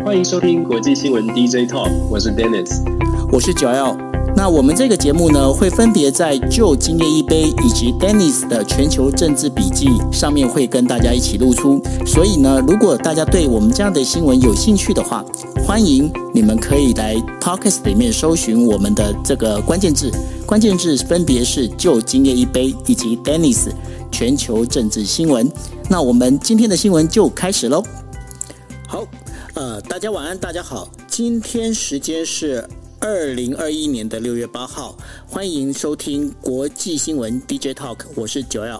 欢迎收听国际新闻 DJ Talk， 我是 Dennis， 我是9L。那我们这个节目呢，会分别在 Joe 今夜一杯以及 Dennis 的全球政治笔记上面会跟大家一起露出。所以呢，如果大家对我们这样的新闻有兴趣的话，欢迎你们可以来 Podcast 里面搜寻我们的这个关键字，关键字分别是 Joe 今夜一杯以及 Dennis 全球政治新闻。那我们今天的新闻就开始咯。好，大家晚安，大家好，今天时间是2021年6月8号，欢迎收听国际新闻 DJ Talk， 我是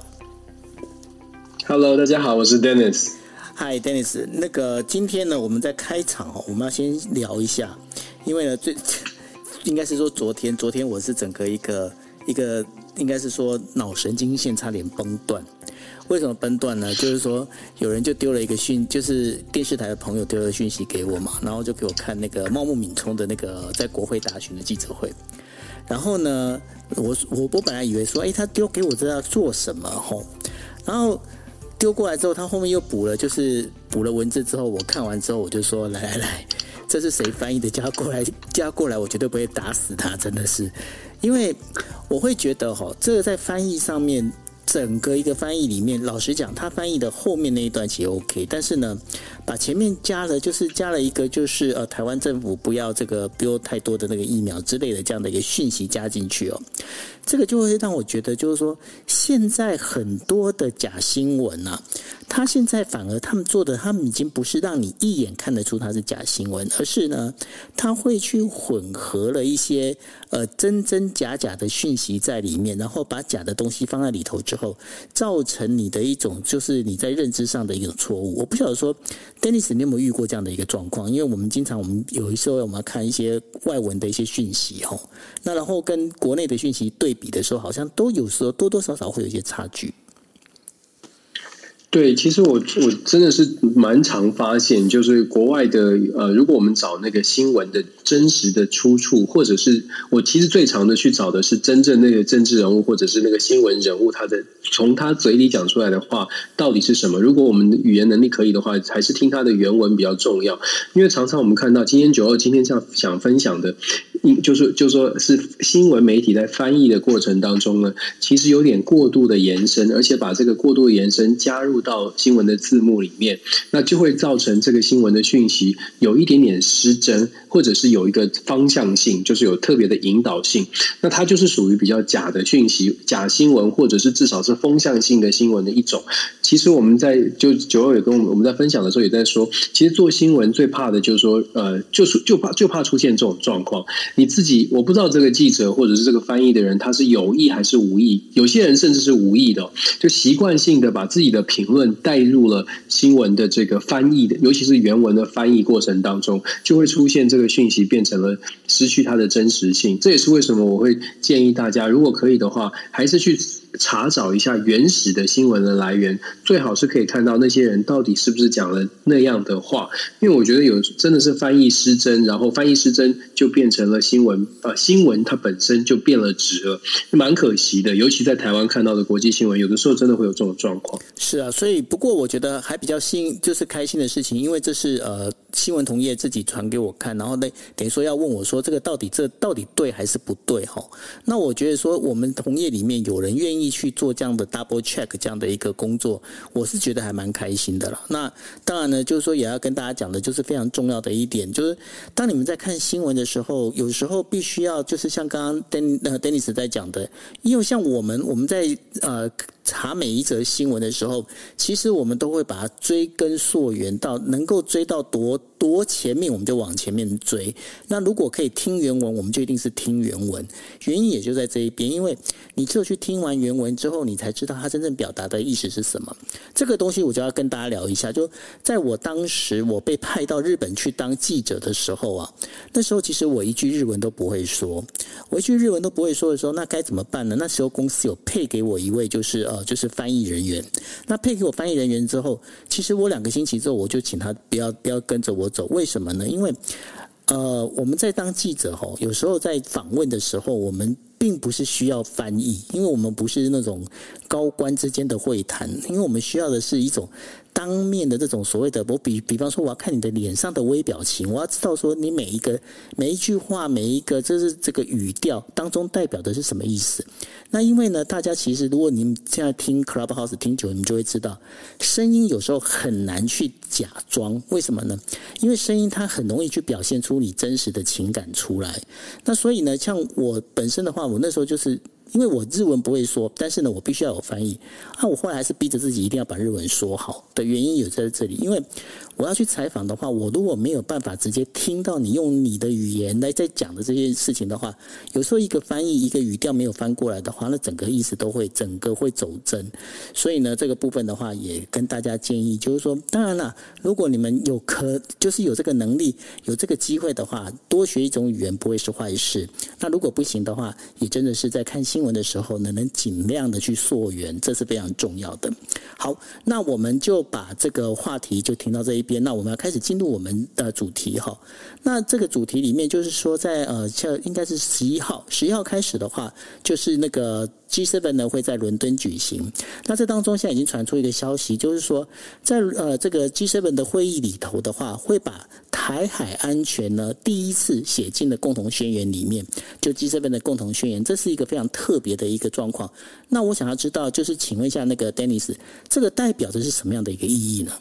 9L。Hello， 大家好，我是 Dennis。 Hi Dennis， 今天呢，我们在开场我们要先聊一下，因为呢，应该是说昨天我是整个一个应该是说脑神经线差点崩断。为什么崩断呢？就是说有人就丢了一个就是电视台的朋友丢了讯息给我嘛，然后就给我看那个茂木敏充的那个在国会答询的记者会。然后呢，我本来以为说，他丢给我这要做什么吼？然后丢过来之后，他后面又补了文字之后，我看完之后我就说，来，这是谁翻译的？叫他过来，我绝对不会打死他，真的是，因为我会觉得这个在翻译上面。整个一个翻译里面，老实讲，他翻译的后面那一段其实 OK， 但是呢，把前面加了一个就是台湾政府不要丢太多的那个疫苗之类的这样的一个讯息加进去哦，这个就会让我觉得就是说，现在很多的假新闻啊，他现在反而他们做的，他们已经不是让你一眼看得出它是假新闻，而是呢，他会去混合了一些真真假假的讯息在里面，然后把假的东西放在里头之后，造成你的一种就是你在认知上的一种错误。我不晓得说 Dennis 你有没有遇过这样的一个状况？因为我们有一时候我们要看一些外文的一些讯息那然后跟国内的讯息对比的时候，好像都有时候多多少少会有一些差距。 对，其实我真的是蛮常发现，就是国外的如果我们找那个新闻的真实的出处，或者是我其实最常的去找的是真正那个政治人物或者是那个新闻人物，从他嘴里讲出来的话到底是什么。如果我们的语言能力可以的话，还是听他的原文比较重要。因为常常我们看到今天想分享的，就是说是新闻媒体在翻译的过程当中呢，其实有点过度的延伸，而且把这个过度的延伸加入到新闻的字幕里面，那就会造成这个新闻的讯息有一点点失真，或者是有一个方向性，就是有特别的引导性，那它就是属于比较假的讯息、假新闻，或者是至少是风向性的新闻的一种。其实我们在9L也跟我们在分享的时候也在说，其实做新闻最怕的就是说就怕出现这种状况。你自己我不知道这个记者或者是这个翻译的人他是有意还是无意，有些人甚至是无意的，就习惯性的把自己的评论带入了新闻的这个翻译的，尤其是原文的翻译过程当中，就会出现这个讯息变成了失去它的真实性。这也是为什么我会建议大家，如果可以的话，还是去查找一下原始的新闻的来源，最好是可以看到那些人到底是不是讲了那样的话。因为我觉得真的是翻译失真，然后翻译失真就变成了新闻它本身就变了质了，蛮可惜的。尤其在台湾看到的国际新闻，有的时候真的会有这种状况。 是啊，所以不过我觉得还比较就是开心的事情，因为这是新闻同业自己传给我看，然后等于说要问我说这到底对还是不对那我觉得说我们同业里面有人愿意去做这样的 double check 这样的一个工作，我是觉得还蛮开心的啦。那当然呢，就是说也要跟大家讲的，就是非常重要的一点，就是当你们在看新闻的时候，有时候必须要就是像刚刚Dennis 在讲的，因为像我们在查每一则新闻的时候，其实我们都会把它追根溯源到能够追到多前面，我们就往前面追。那如果可以听原文，我们就一定是听原文。原因也就在这一边，因为你只有去听完原文之后，你才知道它真正表达的意思是什么。这个东西我就要跟大家聊一下。就在我当时我被派到日本去当记者的时候啊，那时候其实我一句日文都不会说，的时候，那该怎么办呢？那时候公司有配给我一位就是翻译人员。那配给我翻译人员之后，其实我2个星期之后我就请他不要跟着我走。为什么呢？因为我们在当记者有时候在访问的时候，我们并不是需要翻译，因为我们不是那种高官之间的会谈，因为我们需要的是一种当面的这种所谓的比方说我要看你的脸上的微表情，我要知道说你每一句话每一个这个语调当中代表的是什么意思。那因为呢，大家其实如果你们现在听 Clubhouse 听久，你们就会知道，声音有时候很难去假装。为什么呢？因为声音它很容易去表现出你真实的情感出来。那所以呢，像我本身的话，我那时候就是因为我日文不会说，但是呢，我必须要有翻译。我后来还是逼着自己一定要把日文说好的原因有在这里，因为我要去采访的话，我如果没有办法直接听到你用你的语言来在讲的这些事情的话，有时候一个翻译一个语调没有翻过来的话，那整个意思都会整个会走针。所以呢，这个部分的话也跟大家建议，就是说，当然啦，如果你们就是有这个能力，有这个机会的话，多学一种语言不会是坏事。那如果不行的话，也真的是在看新闻的时候呢，能尽量的去溯源，这是非常重要的。好，那我们就把这个话题就停到这一边，那我们要开始进入我们的主题哈。那这个主题里面就是说在应该是11号开始的话，就是那个 G7 呢会在伦敦举行。那这当中现在已经传出一个消息，就是说在这个 G7 的会议里头的话，会把台海安全呢第一次写进了共同宣言里面，就 G7 的共同宣言，这是一个非常特别的一个状况。那我想要知道，就是请问一下那个 Dennis， 这个代表的是什么样的一个意义呢？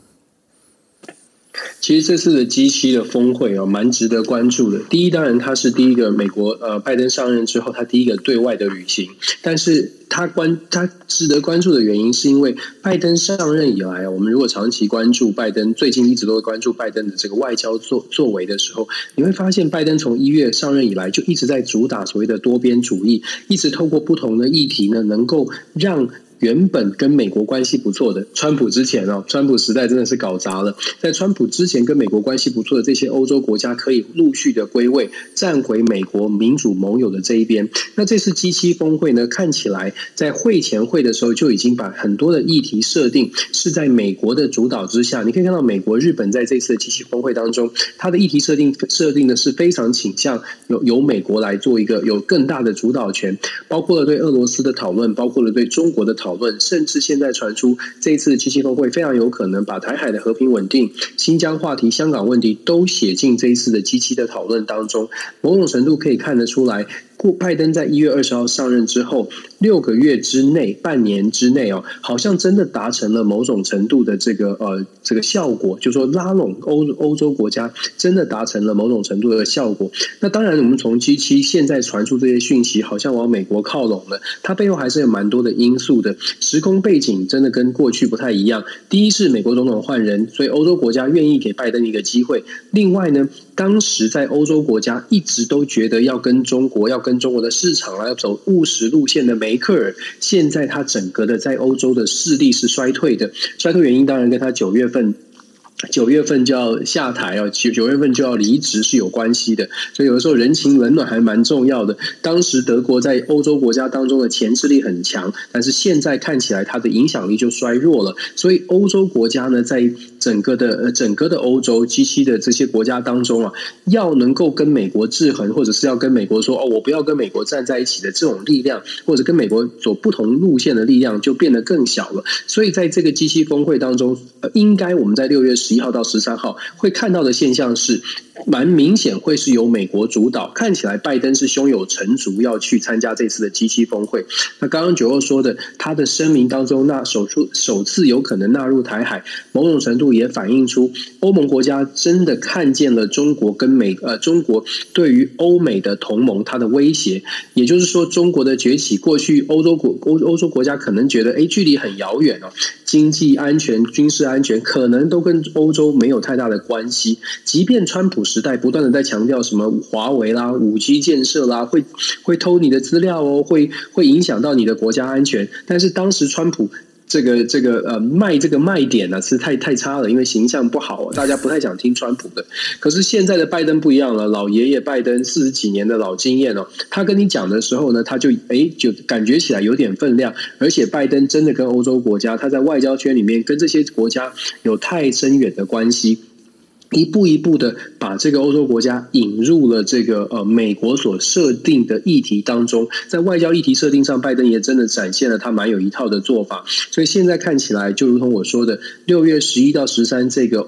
其实这次的 G7 的峰会蛮值得关注的。第一，当然它是第一个美国拜登上任之后他第一个对外的旅行，但是他值得关注的原因是因为拜登上任以来，我们如果长期关注拜登，最近一直都会关注拜登的这个外交作为的时候，你会发现拜登从1月上任以来就一直在主打所谓的多边主义，一直透过不同的议题呢，能够让原本跟美国关系不错的川普之前川普时代真的是搞砸了，在川普之前跟美国关系不错的这些欧洲国家可以陆续的归位，站回美国民主盟友的这一边。那这次 G7 峰会呢，看起来在会前会的时候就已经把很多的议题设定是在美国的主导之下。你可以看到美国、日本在这次的 G7 峰会当中，它的议题设定的是非常倾向由美国来做一个有更大的主导权，包括了对俄罗斯的讨论，包括了对中国的讨论，甚至现在传出这一次的 G7 峰会非常有可能把台海的和平稳定、新疆话题、香港问题都写进这一次的 G7 的讨论当中。某种程度可以看得出来，拜登在1月20号上任之后6个月之内、半年之内好像真的达成了某种程度的这个效果，就是说拉拢欧洲国家真的达成了某种程度的效果。那当然我们从 G7 现在传出这些讯息好像往美国靠拢了，它背后还是有蛮多的因素的，时空背景真的跟过去不太一样。第一是美国总统换人，所以欧洲国家愿意给拜登一个机会。另外呢，当时在欧洲国家一直都觉得要跟中国的市场要走务实路线的梅克尔，现在他整个的在欧洲的势力是衰退的。衰退原因当然跟他9月份就要下台9月份就要离职是有关系的，所以有的时候人情冷暖还蛮重要的。当时德国在欧洲国家当中的牵制力很强，但是现在看起来它的影响力就衰弱了。所以欧洲国家呢，在整个的欧洲 G7 的这些国家当中要能够跟美国制衡，或者是要跟美国说我不要跟美国站在一起的这种力量，或者跟美国走不同路线的力量就变得更小了。所以在这个 G7 峰会当中，应该我们在6月11号到13号会看到的现象是蛮明显会是由美国主导，看起来拜登是胸有成竹要去参加这次的 G7 峰会。那刚刚9号说的他的声明当中，那首次有可能纳入台海，某种程度也反映出欧盟国家真的看见了中国中国对于欧美的同盟它的威胁。也就是说中国的崛起，过去欧洲国家可能觉得距离很遥远经济安全、军事安全可能都跟欧洲没有太大的关系。即便川普时代不断的在强调什么华为啦、5G 建设啦，会偷你的资料会影响到你的国家安全，但是当时川普卖这个卖点是太差了，因为形象不好大家不太想听川普的。可是现在的拜登不一样了，老爷爷拜登40几年的老经验他跟你讲的时候呢，他就感觉起来有点分量。而且拜登真的跟欧洲国家，他在外交圈里面跟这些国家有太深远的关系。 一步一步的把这个欧洲国家引入了这个美国所设定的议题当中，在外交议题设定上，拜登也真的展现了他蛮有一套的做法。所以现在看起来，就如同我说的，6月11到13这个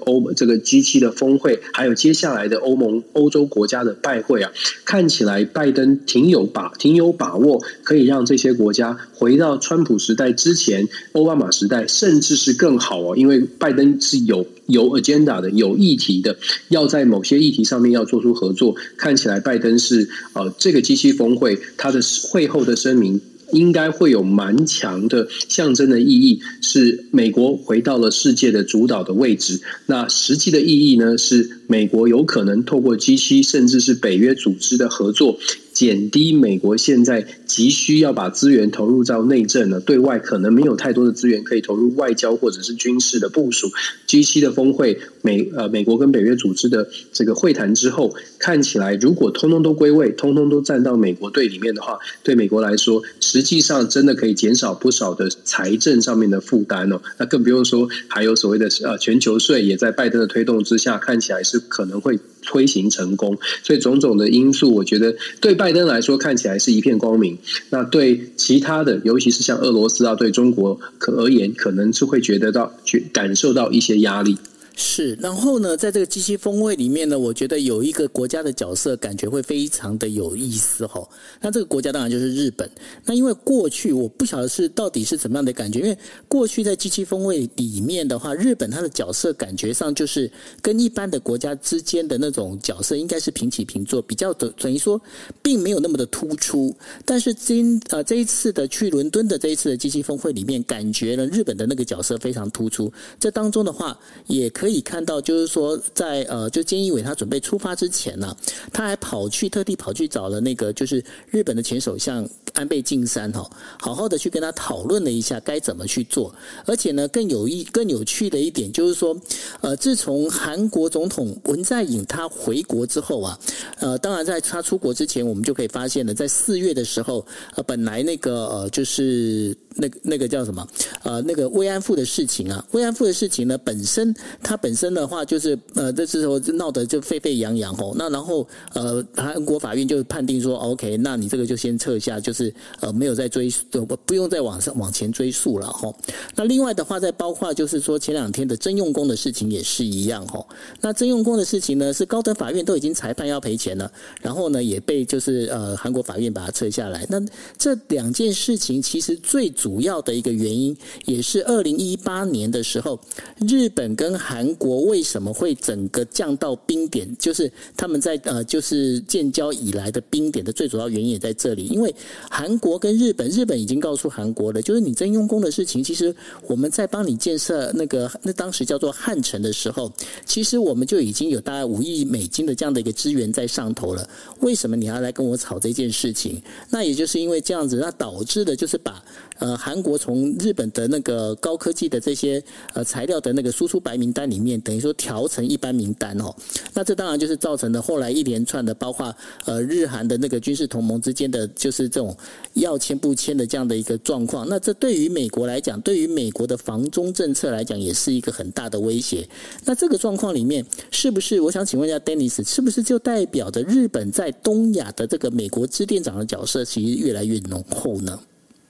G7的峰会，还有接下来的欧洲国家的拜会啊，看起来拜登挺有把握，可以让这些国家回到川普时代之前、奥巴马时代，甚至是更好哦，因为拜登是有 agenda 的，有议题的，要在某些议题上面要做出合作。看起来拜登是这个G7峰会他的会后的声明应该会有蛮强的象征的意义，是美国回到了世界的主导的位置。那实际的意义呢，是美国有可能透过G7甚至是北约组织的合作，减低美国现在急需要把资源投入到内政了，对外可能没有太多的资源可以投入外交或者是军事的部署。G7的峰会，美国跟北约组织的这个会谈之后，看起来如果通通都归位，通通都站到美国队里面的话，对美国来说，实际上真的可以减少不少的财政上面的负担哦。那更不用说还有所谓的全球税，也在拜登的推动之下，看起来是可能会推行成功。所以种种的因素，我觉得对拜登来说看起来是一片光明。那对其他的，尤其是像俄罗斯啊，对中国而言，可能是会感受到一些压力。 是，然后呢，在这个G7峰会里面呢，我觉得有一个国家的角色感觉会非常的有意思哈。那这个国家当然就是日本。那因为过去我不晓得是到底是怎么样的感觉，因为过去在G7峰会里面的话，日本它的角色感觉上就是跟一般的国家之间的那种角色应该是平起平坐，比较的等于说并没有那么的突出。但是这一次的去伦敦的这一次的G7峰会里面，感觉呢日本的那个角色非常突出。这当中的话，也可以看到，就是说在就菅义伟他准备出发之前呢，他还特地跑去找了那个就是日本的前首相安倍晋三好好的去跟他讨论了一下该怎么去做。而且呢，更有趣的一点就是说，自从韩国总统文在寅他回国之后啊，当然在他出国之前，我们就可以发现了，在4月的时候，本来那个就是那个叫什么那个慰安妇的事情啊，慰安妇的事情呢，本身的话就是这时候闹得就沸沸扬扬那然后韩国法院就判定说 OK， 那你这个就先撤下，就是没有再不用再往前追溯了那另外的话，再包括就是说前2天的征用工的事情也是一样那征用工的事情呢，是高等法院都已经裁判要赔钱了，然后呢也被就是韩国法院把它撤下来。那这2件事情其实最主要的一个原因，也是2018年的时候，日本跟韩国为什么会整个降到冰点，就是他们在就是建交以来的冰点的最主要原因也在这里。因为韩国跟日本已经告诉韩国了，就是你征用工的事情，其实我们在帮你建设那当时叫做汉城的时候，其实我们就已经有大概5亿美金的这样的一个资源在上头了，为什么你要来跟我吵这件事情？那也就是因为这样子，那导致的就是把韩国从日本的那个高科技的这些材料的那个输出白名单里面，等于说调成一般名单那这当然就是造成了后来一连串的，包括日韩的那个军事同盟之间的，就是这种要签不签的这样的一个状况。那这对于美国来讲，对于美国的防中政策来讲，也是一个很大的威胁。那这个状况里面，是不是我想请问一下 Dennis， 是不是就代表着日本在东亚的这个美国支店长的角色其实越来越浓厚呢？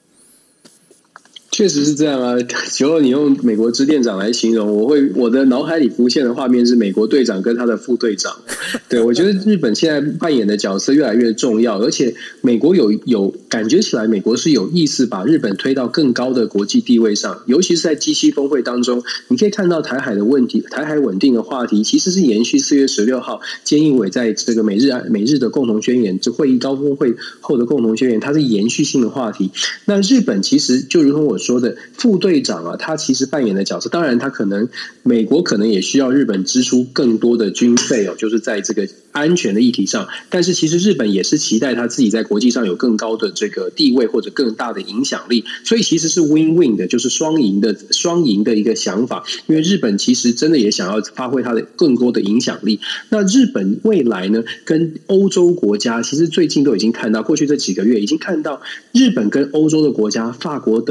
确实是这样啊，结果你用美国支店长来形容，我的脑海里浮现的画面是美国队长跟他的副队长。对，我觉得日本现在扮演的角色越来越重要，而且美国有感觉起来，美国是有意识把日本推到更高的国际地位上，尤其是在G7峰会当中，你可以看到台海的问题，台海稳定的话题其实是延续4月16号菅义伟在这个美日的共同宣言，这会议高峰会后的共同宣言，它是延续性的话题。那日本其实就如同我说的，副队长啊，他其实扮演的角色，当然他美国可能也需要日本支出更多的军费就是在这个安全的议题上，但是其实日本也是期待他自己在国际上有更高的这个地位或者更大的影响力，所以其实是 win-win 的，就是双赢的一个想法。因为日本其实真的也想要发挥它的更多的影响力。那日本未来呢，跟欧洲国家其实最近都已经看到，过去这几个月已经看到日本跟欧洲的国家，法国、德国、英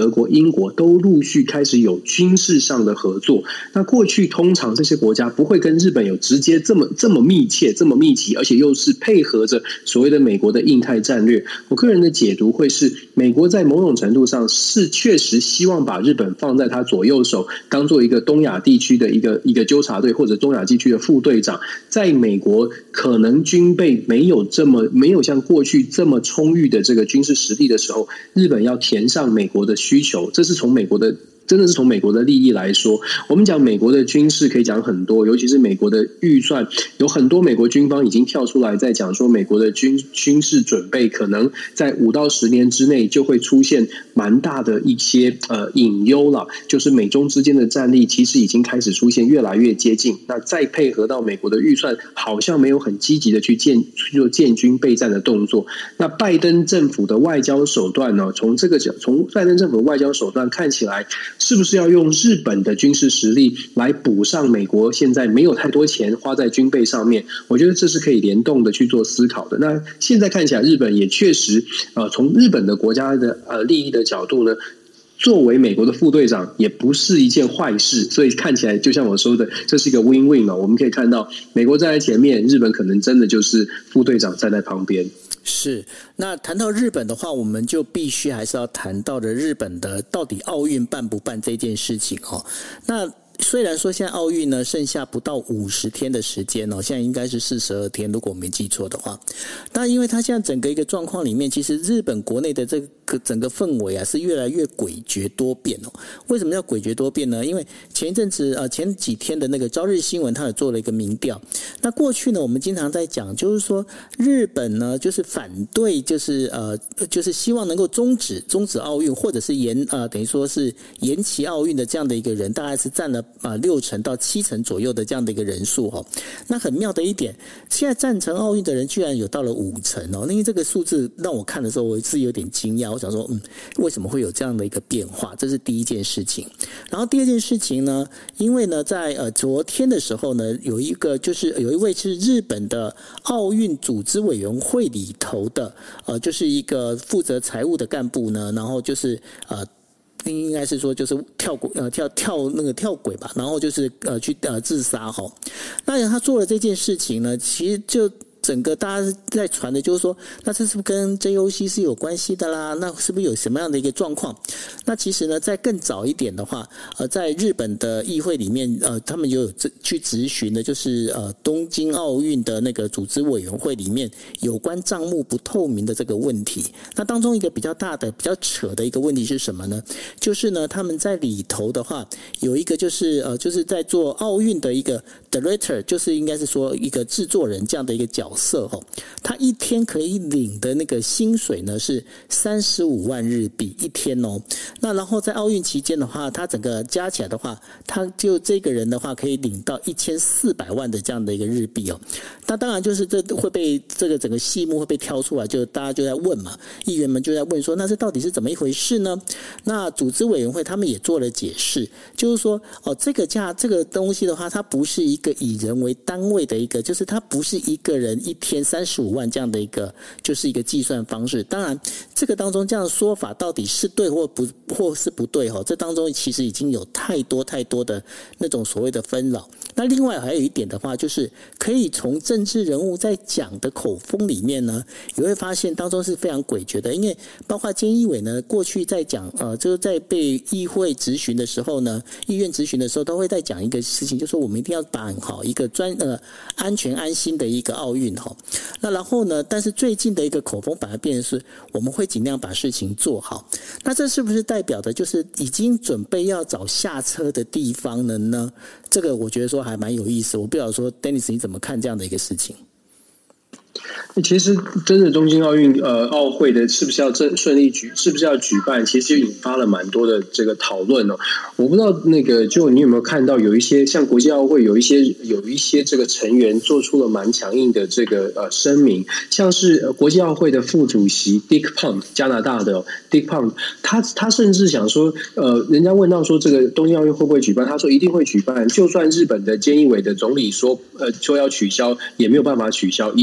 英国都陆续开始有军事上的合作。那过去通常这些国家不会跟日本有直接这么密切、这么密集，而且又是配合着所谓的美国的印太战略。我个人的解读会是，美国在某种程度上是确实希望把日本放在他左右手，当做一个东亚地区的一个纠察队或者东亚地区的副队长。在美国可能军备没有像过去这么充裕的这个军事实力的时候，日本要填上美国的需求，这是真的是从美国的利益来说。我们讲美国的军事可以讲很多，尤其是美国的预算，有很多美国军方已经跳出来在讲说，美国的军事准备可能在5到10年之内就会出现蛮大的一些隐忧了，就是美中之间的战力其实已经开始出现越来越接近。那再配合到美国的预算好像没有很积极的去做建军备战的动作。那拜登政府的外交手段呢？从拜登政府的外交手段看起来，是不是要用日本的军事实力来补上美国现在没有太多钱花在军备上面？我觉得这是可以联动的去做思考的。那现在看起来，日本也确实从日本的国家的利益的角度呢，作为美国的副队长也不是一件坏事，所以看起来就像我说的，这是一个 win-win 我们可以看到，美国站在前面，日本可能真的就是副队长站在旁边。 是，那谈到日本的话，我们就必须还是要谈到的日本的到底奥运办不办这件事情哦。那虽然说现在奥运呢剩下不到50天的时间哦，现在应该是42天，如果我没记错的话。但因为它现在整个一个状况里面，其实日本国内的这个整个氛围啊是越来越诡谲多变哦。为什么叫诡谲多变呢？因为前几天的那个朝日新闻，它有做了一个民调。那过去呢，我们经常在讲，就是说日本呢就是反对，就是希望能够终止奥运，或者是等于说是延期奥运的这样的一个人，大概是占了60%到70%左右的这样的一个人数哦。那很妙的一点，现在赞成奥运的人居然有到了50%哦。因为这个数字让我看的时候，我是有点惊讶。我想说，为什么会有这样的一个变化？这是第一件事情。然后第二件事情呢，因为呢，在昨天的时候呢，有一位是日本的奥运组织委员会里头的就是一个负责财务的干部呢，然后就是应该是说就是跳轨吧，然后就是去自杀哈。那他做了这件事情呢，其实就整个大家在传的就是说，那这是不是跟 JOC 是有关系的啦？那是不是有什么样的一个状况？那其实呢，在更早一点的话，在日本的议会里面，他们有去质询的，就是东京奥运的那个组织委员会里面有关账目不透明的这个问题。那当中一个比较大的、比较扯的一个问题是什么呢？就是呢，他们在里头的话，有一个就是在做奥运的一个 director， 就是应该是说一个制作人这样的一个角色他一天可以领的那个薪水呢是35万日币一天哦。那然后在奥运期间的话，他整个加起来的话，他就这个人的话可以领到1400万的这样的一个日币哦。那当然就是这会被这个整个细目会被挑出来，就大家就在问嘛，议员们就在问说，那这到底是怎么一回事呢？那组织委员会他们也做了解释，就是说这个东西的话，它不是一个以人为单位的一个，就是它不是一个人一天35万这样的一个，就是一个计算方式。当然，这个当中这样的说法到底是对或是不对这当中其实已经有太多的那种所谓的纷扰。那另外还有一点的话，就是可以从政治人物在讲的口风里面呢，也会发现当中是非常诡谲的。因为包括菅义伟呢，过去在讲就是在被议会质询的时候呢，议院质询的时候，都会在讲一个事情，就是说我们一定要办好一个安全安心的一个奥运那然后呢，但是最近的一个口风反而变成是我们会尽量把事情做好。那这是不是代表的就是已经准备要找下车的地方了呢？这个我觉得说还蛮有意思。我不知道说 Dennis 你怎么看这样的一个事情？ 其实真的东京奥运奥会的是不是要顺利是不是要举办，其实引发了蛮多的这个讨论哦。我不知道就你有没有看到有一些像国际奥会有一些这个成员做出了蛮强硬的这个声明，像是国际奥会的副主席 Dick Pond， 加拿大的Dick Pond， 他甚至想说人家问到说这个东京奥运会不会举办，他说一定会举办，就算日本的菅义伟的总理说要取消也没有办法取消，一定会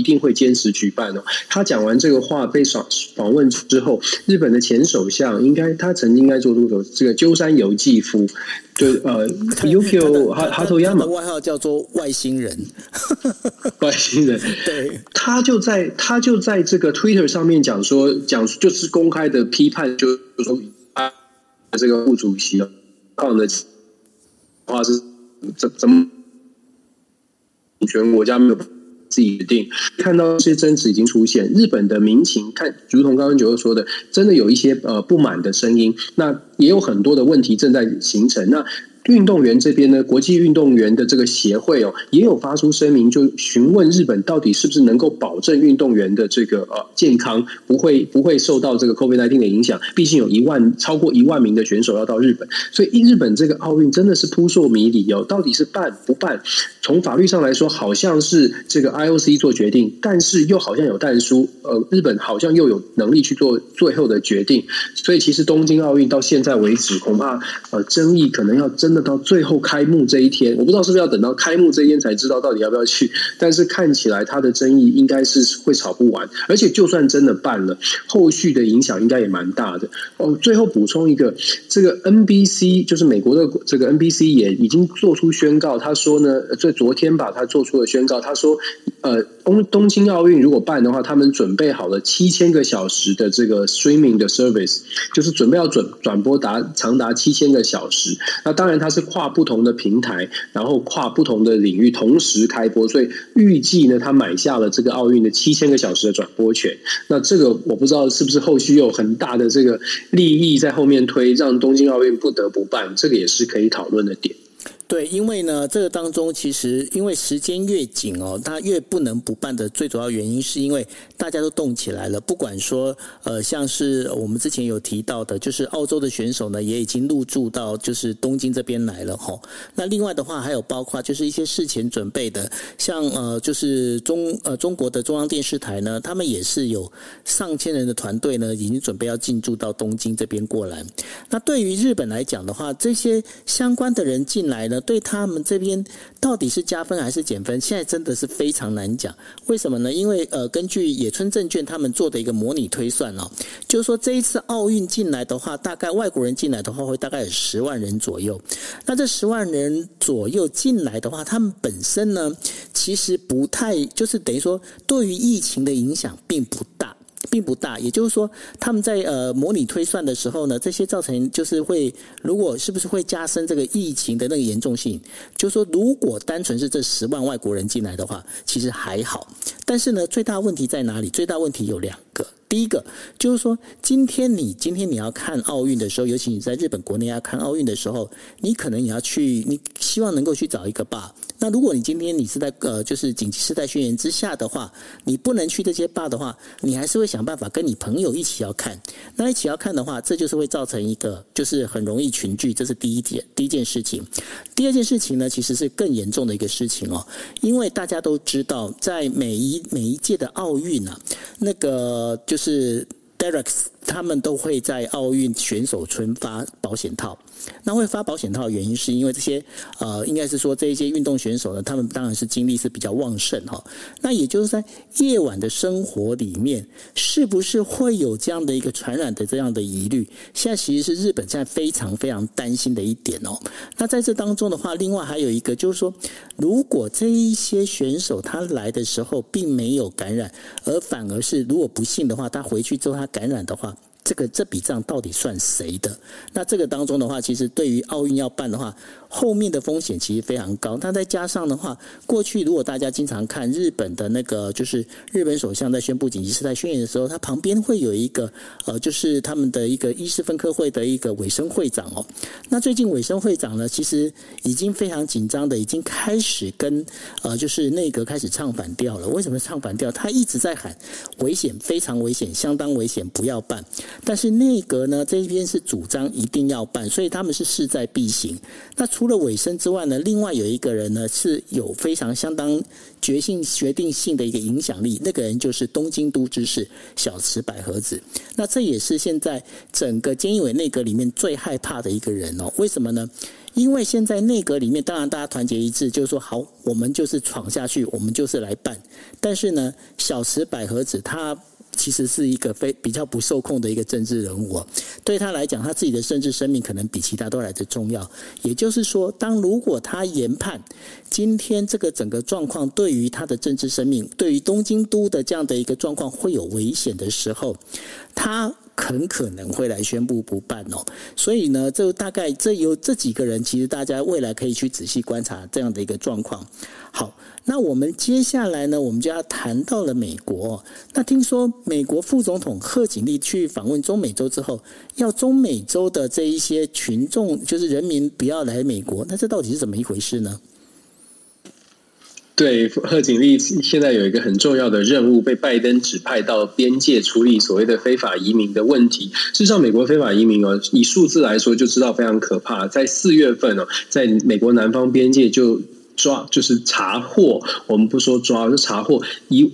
坚持举办哦。他讲完这个话被访问之后，日本的前首相他曾经应该做出这个鸠山由纪夫。对Yukio Hatoyama， 他的外号叫做外星人， 外星人。 对， 他就在这个 Twitter 上面讲就是公开的批判，就是说这个副主席放的话是怎么主权国家没有自己决定，看到这些争执已经出现，日本的民情如同刚刚九说的，真的有一些不满的声音，那也有很多的问题正在形成。那运动员这边呢，国际运动员的这个协会也有发出声明，就询问日本到底是不是能够保证运动员的这个健康不会受到这个 COVID-19 的影响。毕竟有超过1万名的选手要到日本，所以日本这个奥运真的是扑朔迷离到底是办不办？从法律上来说，好像是这个 IOC 做决定，但是又好像有但书，日本好像又有能力去做最后的决定。所以其实东京奥运到现在为止，恐怕争议可能要真的到最后开幕这一天，我不知道是不是要等到开幕这一天才知道到底要不要去，但是看起来它的争议应该是会吵不完，而且就算真的办了，后续的影响应该也蛮大的。最后补充一个，这个 NBC 就是美国的这个 NBC 也已经做出宣告，他说呢，昨天吧，他做出了宣告，他说东京奥运如果办的话，他们准备好了7000个小时的这个 streaming 的 service， 就是准备要转播长达7000个小时。那当然它是跨不同的平台，然后跨不同的领域同时开播，所以预计呢，他买下了这个奥运的7000个小时的转播权。那这个我不知道是不是后续有很大的这个利益在后面推，让东京奥运不得不办，这个也是可以讨论的点。 对，因为呢，这个当中其实因为时间越紧它越不能不办的最主要原因是因为大家都动起来了，不管说像是我们之前有提到的，就是澳洲的选手呢也已经入驻到就是东京这边来了齁。那另外的话还有包括就是一些事前准备的，像就是中国的中央电视台呢，他们也是有上千人的团队呢，已经准备要进驻到东京这边过来。那对于日本来讲的话，这些相关的人进来呢，对他们这边到底是加分还是减分，现在真的是非常难讲。为什么呢？因为根据野村证券他们做的一个模拟推算就是说这一次奥运进来的话，大概外国人进来的话会大概有10万人左右。那这10万人左右进来的话，他们本身呢其实不太，就是等于说对于疫情的影响并不大。也就是说他们在模拟推算的时候呢，这些造成就是会，如果是不是会加深这个疫情的那个严重性，就是说如果单纯是这10万外国人进来的话其实还好，但是呢最大问题在哪里？最大问题有2个。第一个就是说今天你要看奥运的时候，尤其你在日本国内要看奥运的时候，你可能也要去，你希望能够去找一个bar。那如果你今天你是在就是紧急事态宣言之下的话，你不能去这些bar的话，你还是会想办法跟你朋友一起要看。那一起要看的话，这就是会造成一个就是很容易群聚，这是第一件事情。第二件事情呢，其实是更严重的一个事情因为大家都知道，在每一届的奥运那个就是 Derex 他们都会在奥运选手村发保险套。那会发保险套的原因是因为这些应该是说这一些运动选手呢，他们当然是精力是比较旺盛那也就是在夜晚的生活里面，是不是会有这样的一个传染的这样的疑虑？现在其实是日本现在非常非常担心的一点那在这当中的话，另外还有一个就是说，如果这一些选手他来的时候并没有感染，而反而是如果不幸的话，他回去之后他感染的话，这笔账到底算谁的？那这个当中的话，其实对于奥运要办的话，后面的风险其实非常高。那再加上的话，过去如果大家经常看日本的那个，就是日本首相在宣布紧急事态宣言的时候，他旁边会有一个就是他们的一个医师分科会的一个尾生会长那最近尾生会长呢，其实已经非常紧张的，已经开始跟就是内阁开始唱反调了。为什么唱反调？他一直在喊危险，非常危险，相当危险，不要办。但是内阁呢这边是主张一定要办，所以他们是势在必行。那除了尾生之外呢，另外有一个人呢是有非常相当决定性的一个影响力，那个人就是东京都知事小池百合子。那这也是现在整个菅义伟内阁里面最害怕的一个人为什么呢？ 因为现在内阁里面当然大家团结一致，就是说好，我们就是闯下去，我们就是来办。但是呢，小池百合子她其实是一个比较不受控的一个政治人物，对他来讲，他自己的政治生命可能比其他都来得重要。也就是说，如果他研判今天这个整个状况对于他的政治生命，对于东京都的这样的一个状况会有危险的时候，他很可能会来宣布不办哦。所以呢，大概有这几个人，其实大家未来可以去仔细观察这样的一个状况。好，那我们接下来呢，我们就要谈到了美国。那听说美国副总统贺锦丽去访问中美洲之后，要中美洲的这一些群众，就是人民不要来美国，那这到底是怎么一回事呢？ 对，贺锦丽现在有一个很重要的任务，被拜登指派到边界处理所谓的非法移民的问题。事实上，美国非法移民以数字来说就知道非常可怕。在4月份在美国南方边界就是查获，我们不说抓，就查获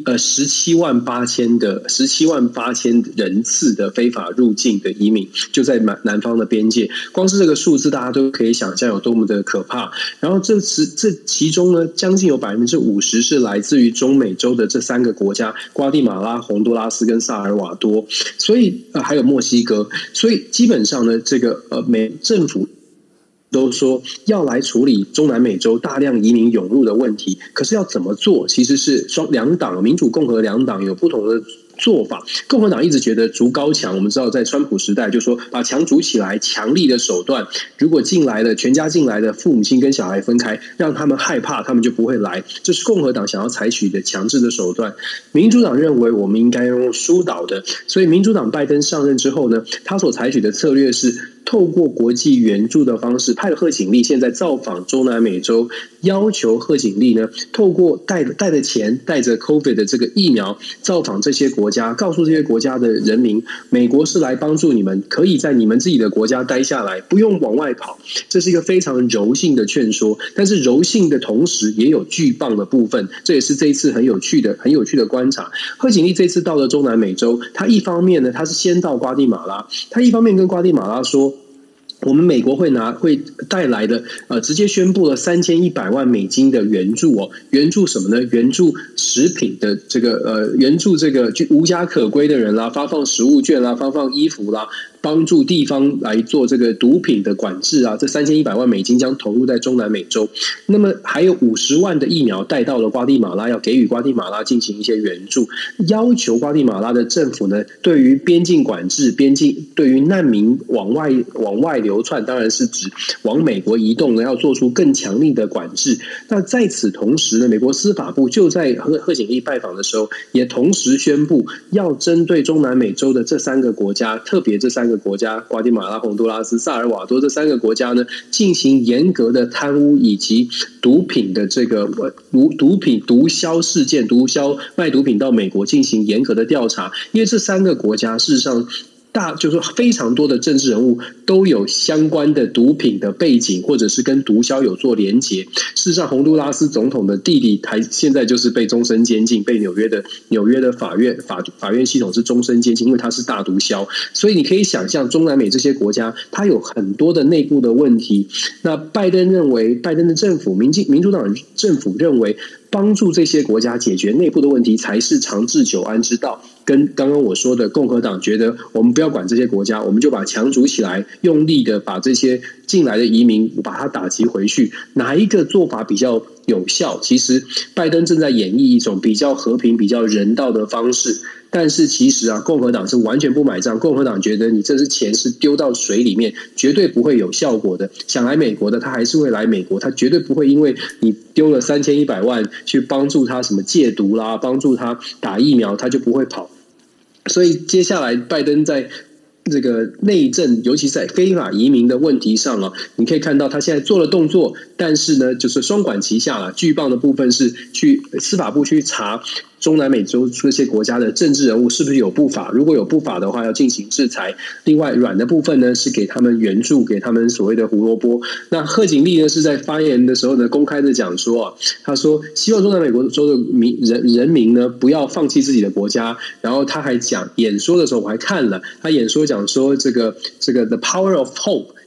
17万8千人次的非法入境的移民，就在南方的边界。光是这个数字，大家都可以想象有多么的可怕。然后这其中呢，将近有50%是来自于中美洲的这3个国家：瓜地马拉、洪都拉斯跟萨尔瓦多，所以还有墨西哥。所以基本上呢，这个美政府都说要来处理中南美洲大量移民涌入的问题，可是要怎么做？其实是两党，民主共和两党有不同的做法。共和党一直觉得筑高墙，我们知道在川普时代就说把墙筑起来，强力的手段，如果进来的全家进来的父母亲跟小孩分开，让他们害怕，他们就不会来，这是共和党想要采取的强制的手段。民主党认为我们应该用疏导的，所以民主党拜登上任之后呢，他所采取的策略是透过国际援助的方式，派了贺锦丽现在造访中南美洲，要求贺锦丽呢透过带着钱，带着 COVID 的这个疫苗，造访这些国家，告诉这些国家的人民，美国是来帮助你们，可以在你们自己的国家待下来，不用往外跑。这是一个非常柔性的劝说，但是柔性的同时也有巨棒的部分，这也是这一次很有趣的观察。贺锦丽这次到了中南美洲，他一方面呢，他是先到瓜地马拉，他一方面跟瓜地马拉说，我们美国会带来的直接宣布了3100万美金的援助援助什么呢？援助食品的援助这个无家可归的人啦，发放食物券啦，发放衣服啦，帮助地方来做这个毒品的管制啊，这3100万美金将投入在中南美洲。那么还有50万的疫苗带到了瓜地马拉，要给予瓜地马拉进行一些援助，要求瓜地马拉的政府呢，对于边境管制、对于难民往外流窜，当然是指往美国移动呢，要做出更强力的管制。那在此同时呢，美国司法部就在贺锦丽拜访的时候，也同时宣布要针对中南美洲的这3个国家，特别这3个国家瓜地马拉、洪都拉斯、萨尔瓦多这3个国家呢，进行严格的贪污以及毒品的这个毒枭事件，卖毒品到美国进行严格的调查。因为这3个国家事实上就是非常多的政治人物都有相关的毒品的背景，或者是跟毒枭有做连结。事实上，洪都拉斯总统的弟弟现在就是被终身监禁，被纽约的法院系统是终身监禁，因为他是大毒枭。所以你可以想象，中南美这些国家，它有很多的内部的问题。那拜登的政府，民主党政府认为，帮助这些国家解决内部的问题才是长治久安之道。跟刚刚我说的，共和党觉得我们不要管这些国家，我们就把墙筑起来，用力的把这些进来的移民把它打击回去。哪一个做法比较有效？其实拜登正在演绎一种比较和平、比较人道的方式。但是其实共和党是完全不买账。共和党觉得你这是钱是丢到水里面，绝对不会有效果的。想来美国的他还是会来美国，他绝对不会因为你丢了3100万去帮助他什么戒毒啦，帮助他打疫苗，他就不会跑。所以接下来拜登在这个内政，尤其在非法移民的问题上你可以看到他现在做了动作，但是呢，就是双管齐下了。巨棒的部分是去司法部去查中南美洲这些国家的政治人物是不是有不法，如果有不法的话要进行制裁。另外软的部分呢，是给他们援助，给他们所谓的胡萝卜。那贺锦丽呢，是在发言的时候呢，公开的讲说他说希望中南美洲的人民呢不要放弃自己的国家。然后他还讲演说的时候，我还看了他演说讲说这个 the power of hope，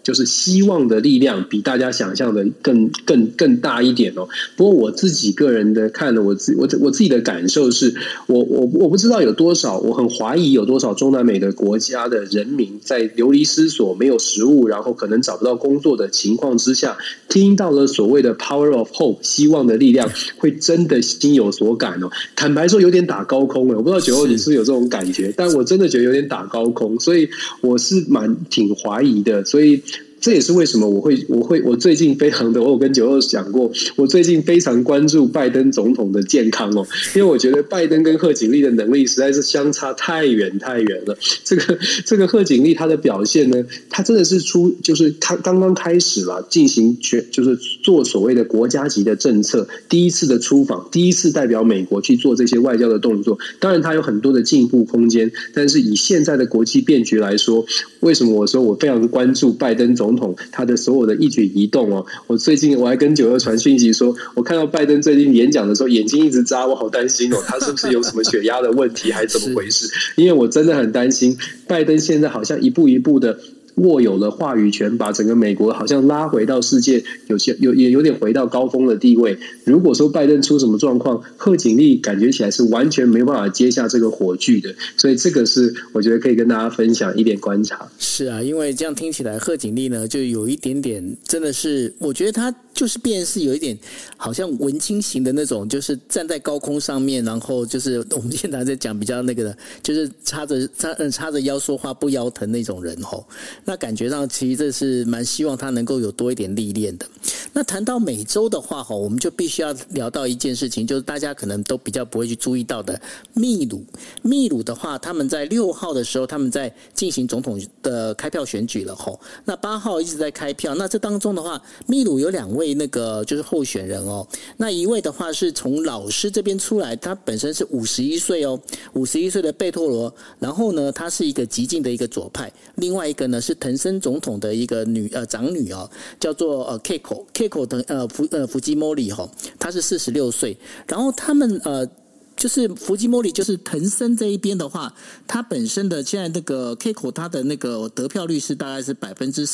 就是希望的力量比大家想象的更大一点哦。不过我自己个人的看了，我自己的感受是，我不知道有多少，我很怀疑有多少中南美的国家的人民在流离失所、没有食物，然后可能找不到工作的情况之下，听到了所谓的 power of hope 希望的力量，会真的心有所感哦。坦白说，有点打高空了。我不知道九欧你是不是有这种感觉，但我真的觉得有点打高空，所以我是挺怀疑的，所以。这也是为什么我最近非常的，我有跟九二讲过，我最近非常关注拜登总统的健康哦，因为我觉得拜登跟贺锦丽的能力实在是相差太远了。这个贺锦丽她的表现呢，她真的是就是她刚刚开始了进行就是做所谓的国家级的政策，第一次的出访，第一次代表美国去做这些外交的动作。当然，她有很多的进步空间，但是以现在的国际变局来说，为什么我说我非常关注拜登总统他的所有的一举一动哦？我最近我还跟九二传讯息说，我看到拜登最近演讲的时候眼睛一直眨，我好担心哦，他是不是有什么血压的问题，还是怎么回事？因为我真的很担心，拜登现在好像一步一步的握有了话语权，把整个美国好像拉回到世界有点回到高峰的地位。如果说拜登出什么状况，贺锦丽感觉起来是完全没办法接下这个火炬的，所以这个是我觉得可以跟大家分享一点观察。 是啊，因为这样听起来贺锦丽呢就有一点点真的是，我觉得他就是变是有一点好像文青型的那种，就是站在高空上面，然后就是我们现在在讲比较那个的，就是插着腰说话不腰疼那种人吼。那感觉上其实这是蛮希望他能够有多一点历练的。那谈到美洲的话，我们就必须要聊到一件事情，就是大家可能都比较不会去注意到的秘鲁。秘鲁的话，他们在6号的时候，他们在进行总统的开票选举了吼。那8号一直在开票。那这当中的话，秘鲁有2位那个就是候选人哦。那一位的话是从老师这边出来，他本身是51岁哦，51岁的贝托罗。然后呢，他是一个激进的一个左派。另外一个呢是藤森总统的一个长女哦，叫做Keiko 的福基莫里哈，她是46岁。然后他们就是福基莫里，就是藤森这一边的话，他本身的现在那个 Keiko 他的那个得票率是大概是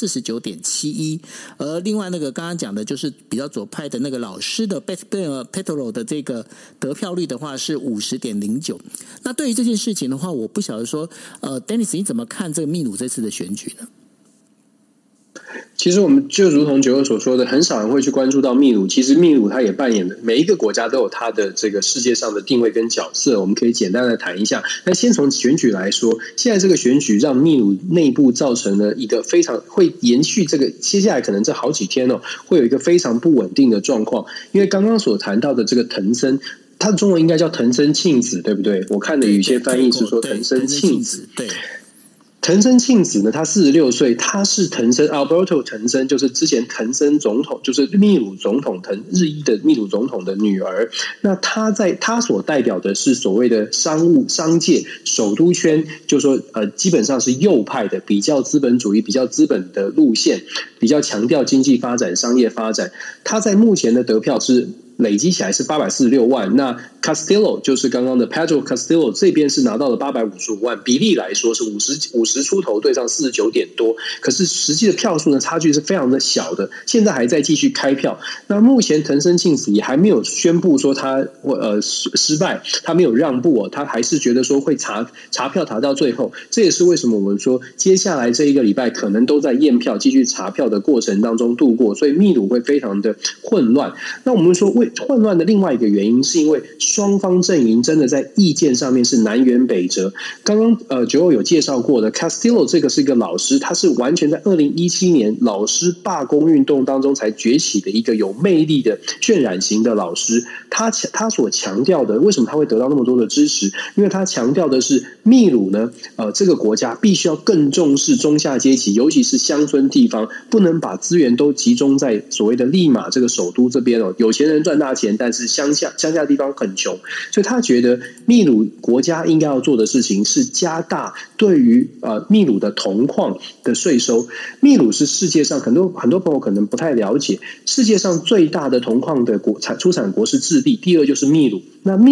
49.71%， 而另外那个刚刚讲的就是比较左派的那个老师的 Petro 的这个得票率的话是 50.09%。那对于这件事情的话，我不晓得说Dennis 你怎么看这个秘鲁这次的选举呢？ 其实我们就如同九二所说的，很少人会去关注到秘鲁。其实秘鲁它也扮演的，每一个国家都有它的这个世界上的定位跟角色。我们可以简单的谈一下。那先从选举来说，现在这个选举让秘鲁内部造成了一个非常会延续这个接下来可能这好几天哦，会有一个非常不稳定的状况。因为刚刚所谈到的这个藤森，它的中文应该叫藤森庆子，对不对？我看的有些翻译是说藤森庆子， 对。 藤森庆子呢，他46岁，他是藤森 Alberto 藤森，就是之前藤森总统，就是秘鲁总统日裔的秘鲁总统的女儿。那他所代表的是所谓的商界首都圈，就是说基本上是右派的，比较资本主义、比较资本的路线，比较强调经济发展、商业发展。他在目前的得票是累积起来是846万，那 Castillo 就是刚刚的 Pedro Castillo 这边是拿到了855万，比例来说是50出头对上49点多，可是实际的票数呢差距是非常的小的，现在还在继续开票。那目前藤森庆子也还没有宣布说他失败，他没有让步哦，他还是觉得说会查票查到最后。这也是为什么我们说接下来这一个礼拜可能都在验票、继续查票的过程当中度过，所以秘鲁会非常的混乱。那我们说混乱的另外一个原因是因为双方阵营真的在意见上面是南辕北辙。刚刚九欧有介绍过的 Castillo 这个是一个老师，他是完全在2017年老师罢工运动当中才崛起的一个有魅力的渲染型的老师。他所强调的，为什么他会得到那么多的支持？因为他强调的是秘鲁呢这个国家必须要更重视中下阶级，尤其是乡村地方，不能把资源都集中在所谓的利马这个首都这边哦，有钱人赚大钱，但是乡下地方很穷，所以他觉得秘鲁国家应该要做的事情是加大对于秘鲁的铜矿的税收。秘鲁是世界上很多朋友可能不太了解，世界上最大的铜矿的出产国是智利，第二就是秘鲁。那秘鲁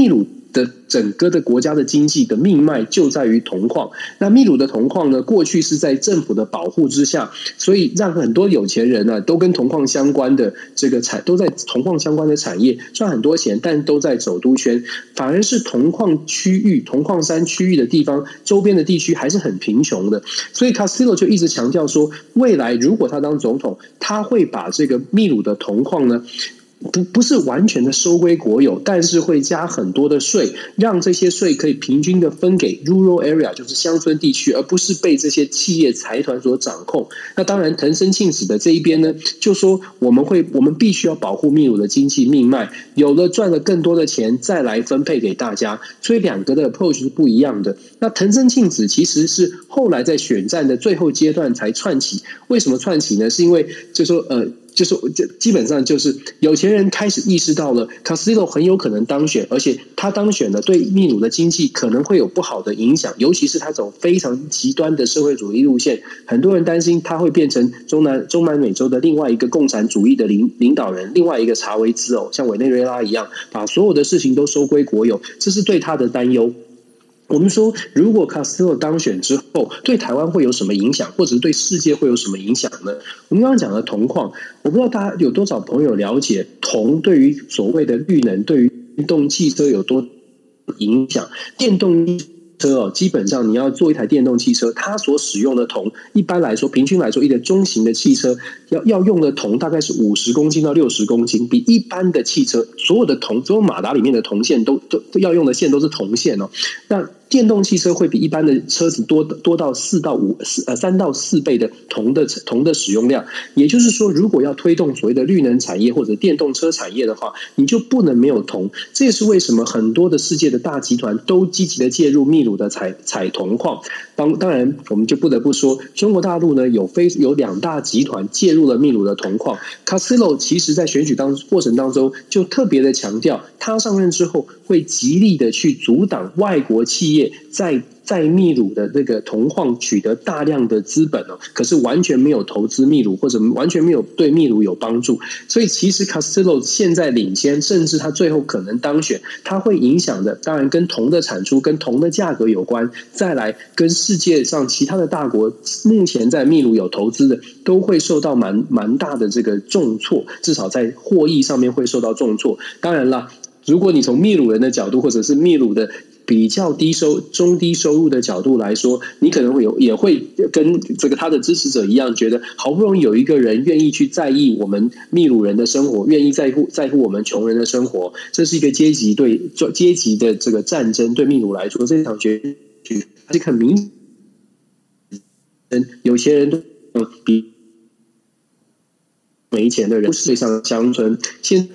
的整个的国家的经济的命脉就在于铜矿。那秘鲁的铜矿呢，过去是在政府的保护之下，所以让很多有钱人呢，都跟铜矿相关的都在铜矿相关的产业赚很多钱，但都在首都圈，反而是铜矿区域、铜矿山区域的地方周边的地区还是很贫穷的。所以 Castillo 就一直强调说，未来如果他当总统，他会把这个秘鲁的铜矿呢，不是完全的收归国有，但是会加很多的税，让这些税可以平均的分给 rural area， 就是乡村地区，而不是被这些企业财团所掌控。那当然藤森庆子的这一边呢，就说我们必须要保护秘鲁的经济命脉，有了赚了更多的钱再来分配给大家，所以两个的 approach 是不一样的。那藤森庆子其实是后来在选战的最后阶段才窜起，为什么窜起呢？是因为就是基本上就是有钱人开始意识到了 Castillo 很有可能当选，而且他当选了对秘鲁的经济可能会有不好的影响，尤其是他走非常极端的社会主义路线，很多人担心他会变成中南美洲的另外一个共产主义的领导人，另外一个查韦兹像委内瑞拉一样把所有的事情都收归国有，这是对他的担忧。我们说，如果 Castillo 当选之后，对台湾会有什么影响，或者是对世界会有什么影响呢？我们刚刚讲的铜矿，我不知道大家有多少朋友了解铜对于所谓的绿能、对于电动汽车有多影响？电动车基本上你要做一台电动汽车，它所使用的铜，一般来说，平均来说，一个中型的汽车要用的铜大概是50公斤到60公斤，比一般的汽车所有的铜，所有马达里面的铜线都要用的线都是铜线哦。那电动汽车会比一般的车子多到3到4倍的铜的使用量，也就是说，如果要推动所谓的绿能产业或者电动车产业的话，你就不能没有铜。这也是为什么很多的世界的大集团都积极的介入秘鲁的采铜矿。当然，我们就不得不说，中国大陆呢有2大集团介入了秘鲁的铜矿。Castillo 其实在选举过程当中就特别的强调，他上任之后会极力的去阻挡外国企业在秘鲁的这个铜矿取得大量的资本可是完全没有投资秘鲁，或者完全没有对秘鲁有帮助。所以其实 Castillo 现在领先，甚至他最后可能当选，他会影响的当然跟铜的产出跟铜的价格有关，再来跟世界上其他的大国目前在秘鲁有投资的都会受到蛮大的这个重挫，至少在获益上面会受到重挫。当然啦，如果你从秘鲁人的角度，或者是秘鲁的比较中低收入的角度来说，你可能也会跟这个他的支持者一样，觉得好不容易有一个人愿意去在意我们秘鲁人的生活，愿意在乎我们穷人的生活，这是一个阶级的这个战争，对秘鲁来说，这场选举它是很明显，有些人都比没钱的人世界上乡村，现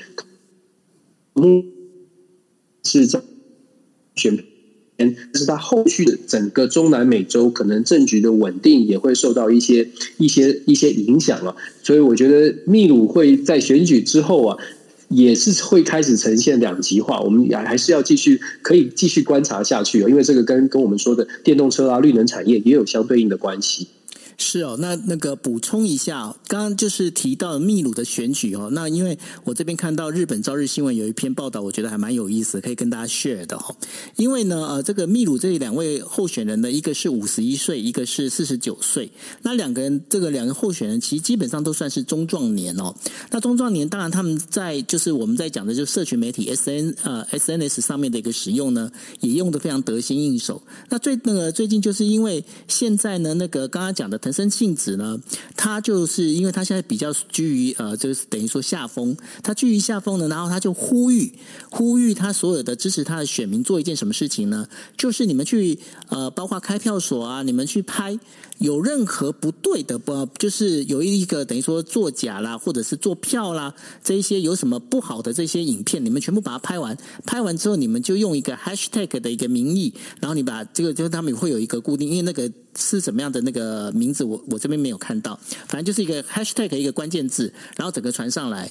是在选票，但是它后续的整个中南美洲可能政局的稳定也会受到一些影响啊。所以我觉得秘鲁会在选举之后啊，也是会开始呈现两极化。我们还是要可以继续观察下去因为这个跟我们说的电动车啊、绿能产业也有相对应的关系。 是那个补充一下刚刚就是提到秘鲁的选举那因为我这边看到日本朝日新闻有一篇报道，我觉得还蛮有意思的，可以跟大家 share 的因为呢这个秘鲁这2位候选人呢，一个是51岁，一个是49岁，那两个候选人其实基本上都算是中壮年那中壮年当然他们在就是我们在讲的就是社群媒体 SNS 上面的一个使用呢，也用得非常得心应手。那最近就是因为现在呢那个刚刚讲的藤森庆子呢，他就是因为他现在比较居于就是等于说下风，他居于下风呢，然后他就呼吁他所有的支持他的选民做一件什么事情呢？就是你们去包括开票所啊，你们去拍有任何不对的，就是有一个等于说作假啦，或者是做票啦，这一些有什么不好的这些影片，你们全部把它拍完之后，你们就用一个 hashtag 的一个名义，然后你把这个就是他们会有一个固定，因为那个是什么样的那个名字我这边没有看到，反正就是一个 hashtag 一个关键字，然后整个传上来。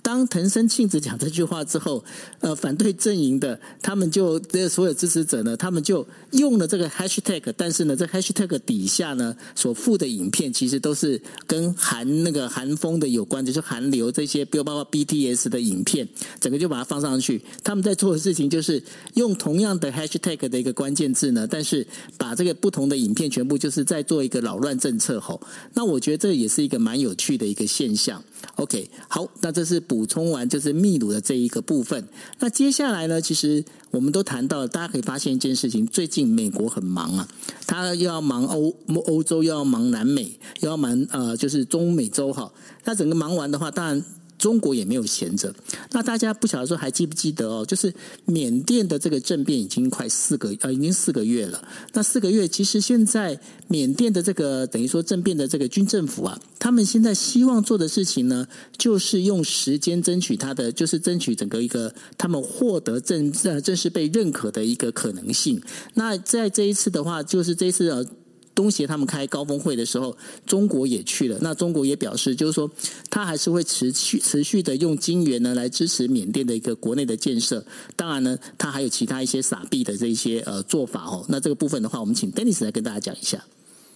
当藤森庆子讲这句话之后，反对阵营的他们就所有支持者呢，他们就用了这个 hashtag， 但是呢，这 hashtag 底下呢所附的影片其实都是跟韩风的有关，就是韩流这些，比如包括 BTS 的影片，整个就把它放上去。他们在做的事情就是用同样的 hashtag 的一个关键字呢，但是把这个不同的影片全部就是在做一个扰乱政策吼。那我觉得这也是一个蛮有趣的一个现象。OK， 好，那这是补充完就是秘鲁的这一个部分。那接下来呢，其实我们都谈到了，大家可以发现一件事情，最近美国很忙啊，他又要忙欧洲，又要忙南美，又要忙就是中美洲哈。那整个忙完的话，当然中国也没有闲着。那大家不晓得说还记不记得哦？就是缅甸的这个政变已经快已经4个月了。那4个月，其实现在缅甸的这个等于说政变的这个军政府啊，他们现在希望做的事情呢，就是用时间争取就是争取整个一个他们获得正式被认可的一个可能性。那在这一次的话，就是这一次东协他们开高峰会的时候，中国也去了。那中国也表示，就是说他还是会持续的用金元呢来支持缅甸的一个国内的建设。当然呢，他还有其他一些撒币的这一些做法哦。那这个部分的话，我们请 Dennis 来跟大家讲一下。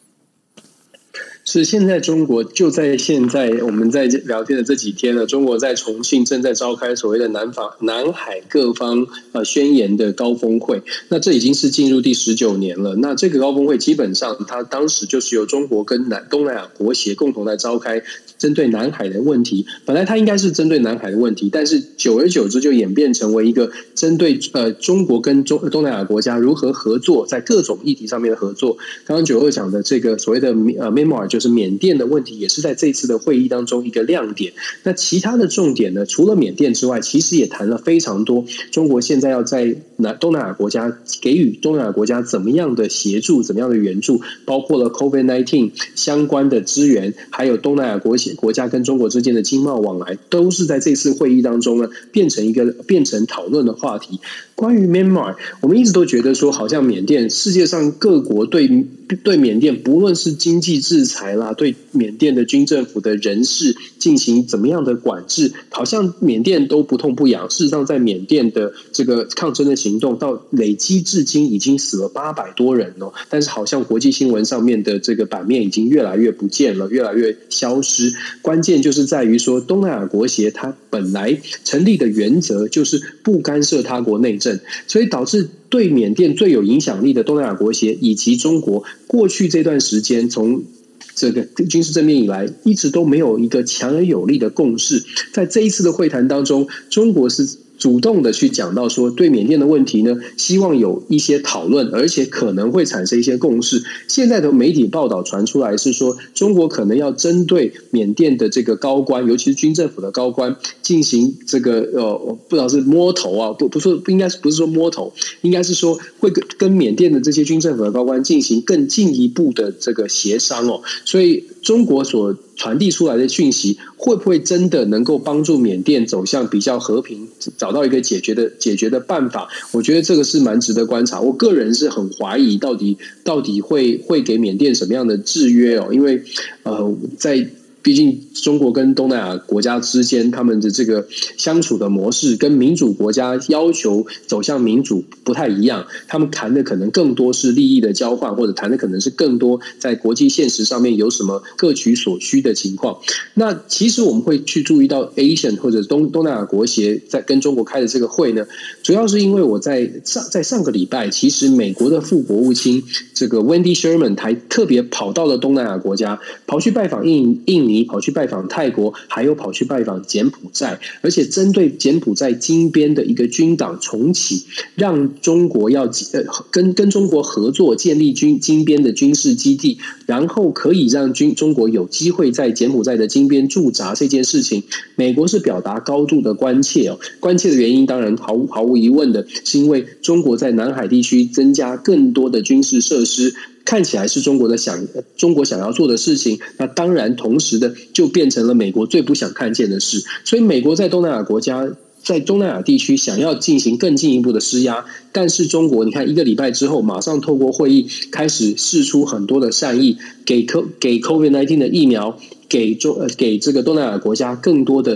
是现在中国就在现在我们在聊天的这几天呢，中国在重庆正在召开所谓的南海各方宣言的高峰会。那这已经是进入第19年了。那这个高峰会基本上它当时就是由中国跟东南亚国协共同来召开，针对南海的问题。本来它应该是针对南海的问题，但是久而久之就演变成为一个针对中国跟东南亚国家如何合作，在各种议题上面的合作。刚刚92讲的这个所谓的Myanmar，就是缅甸的问题，也是在这次的会议当中一个亮点。那其他的重点呢，除了缅甸之外，其实也谈了非常多。中国现在要在东南亚国家给予东南亚国家怎么样的协助，怎么样的援助，包括了 COVID-19 相关的资源，还有东南亚国家跟中国之间的经贸往来，都是在这次会议当中呢变成讨论的话题。关于 Myanmar， 我们一直都觉得说，好像缅甸世界上各国对缅甸不论是经济制裁啦，对缅甸的军政府的人士进行怎么样的管制，好像缅甸都不痛不痒。事实上，在缅甸的这个抗争的行动到累积至今已经死了800多人哦，但是好像国际新闻上面的这个版面已经越来越不见了，越来越消失。关键就是在于说，东南亚国协它本来成立的原则就是不干涉他国内政，所以导致对缅甸最有影响力的东南亚国协以及中国，过去这段时间从这个军事政变以来，一直都没有一个强而有力的共识。在这一次的会谈当中，中国是主动的去讲到说，对缅甸的问题呢，希望有一些讨论，而且可能会产生一些共识。现在的媒体报道传出来是说，中国可能要针对缅甸的这个高官，尤其是军政府的高官，进行这个不知道是摸头啊，不应该不是说摸头，应该是说会跟缅甸的这些军政府的高官进行更进一步的这个协商哦。所以中国所传递出来的讯息，会不会真的能够帮助缅甸走向比较和平，找到一个解决的办法？我觉得这个是蛮值得观察。我个人是很怀疑到底会给缅甸什么样的制约哦，因为毕竟中国跟东南亚国家之间他们的这个相处的模式跟民主国家要求走向民主不太一样，他们谈的可能更多是利益的交换，或者谈的可能是更多在国际现实上面有什么各取所需的情况。那其实我们会去注意到 ASEAN 或者东南亚国协在跟中国开的这个会呢，主要是因为我在上个礼拜，其实美国的副国务卿这个 Wendy Sherman 还特别跑到了东南亚国家，跑去拜访印尼，跑去拜访泰国，还有跑去拜访柬埔寨，而且针对柬埔寨金边的一个军党重启，让中国要跟中国合作建立金边的军事基地，然后可以让中国有机会在柬埔寨的金边驻扎这件事情，美国是表达高度的关切哦。关切的原因当然毫无疑问的是因为中国在南海地区增加更多的军事设施，看起来是中国想要做的事情，那当然同时的就变成了美国最不想看见的事。所以美国在东南亚国家，在东南亚地区想要进行更进一步的施压，但是中国你看1个礼拜之后，马上透过会议开始释出很多的善意，给 COVID-19 的疫苗，给这个东南亚国家更多的